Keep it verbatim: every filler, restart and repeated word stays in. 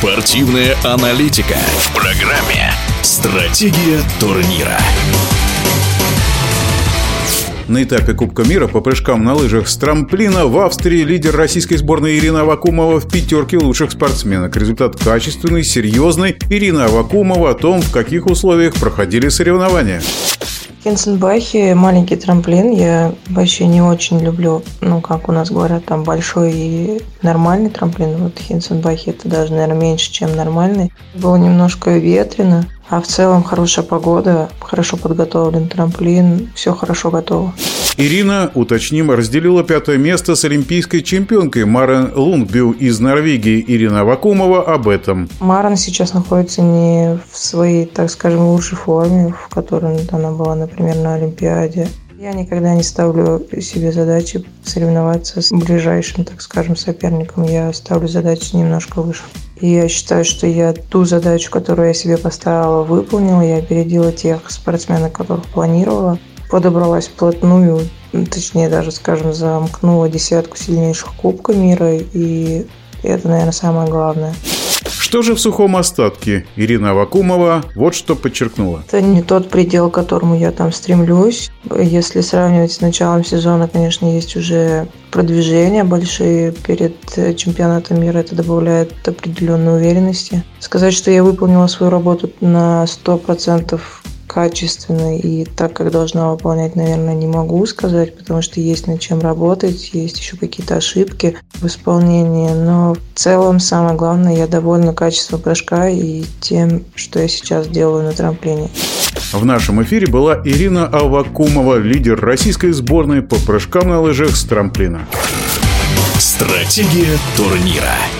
Спортивная аналитика в программе «Стратегия турнира». На этапе Кубка мира по прыжкам на лыжах с трамплина в Австрии лидер российской сборной Ирина Аввакумова в пятерке лучших спортсменок. Результат качественный, серьезный. Ирина Аввакумова о том, в каких условиях проходили соревнования. В Хенценбахе маленький трамплин. Я вообще не очень люблю, ну, как у нас говорят, там большой и нормальный трамплин. Вот в Хенценбахе это даже, наверное, меньше, чем нормальный. Было немножко ветрено, а в целом хорошая погода, хорошо подготовлен трамплин, все хорошо готово. Ирина, уточним, разделила пятое место с олимпийской чемпионкой Марен Лундбю из Норвегии. Ирина Аввакумова об этом. Марен сейчас находится не в своей, так скажем, лучшей форме, в которой она была, например, на Олимпиаде. Я никогда не ставлю себе задачи соревноваться с ближайшим, так скажем, соперником. Я ставлю задачи немножко выше. И я считаю, что я ту задачу, которую я себе поставила, выполнила. Я опередила тех спортсменов, которых планировала. Подобралась вплотную, точнее даже, скажем, замкнула десятку сильнейших Кубка мира. И это, наверное, самое главное. Что же в сухом остатке? Ирина Аввакумова вот что подчеркнула. Это не тот предел, к которому я там стремлюсь. Если сравнивать с началом сезона, конечно, есть уже продвижения большие перед чемпионатом мира. Это добавляет определенной уверенности. Сказать, что я выполнила свою работу на сто процентов качественно и так, как должна выполнять, наверное, не могу сказать, потому что есть над чем работать, есть еще какие-то ошибки в исполнении, но в целом самое главное, я довольна качеством прыжка и тем, что я сейчас делаю на трамплине. В нашем эфире была Ирина Аввакумова, лидер российской сборной по прыжкам на лыжах с трамплина. Стратегия турнира.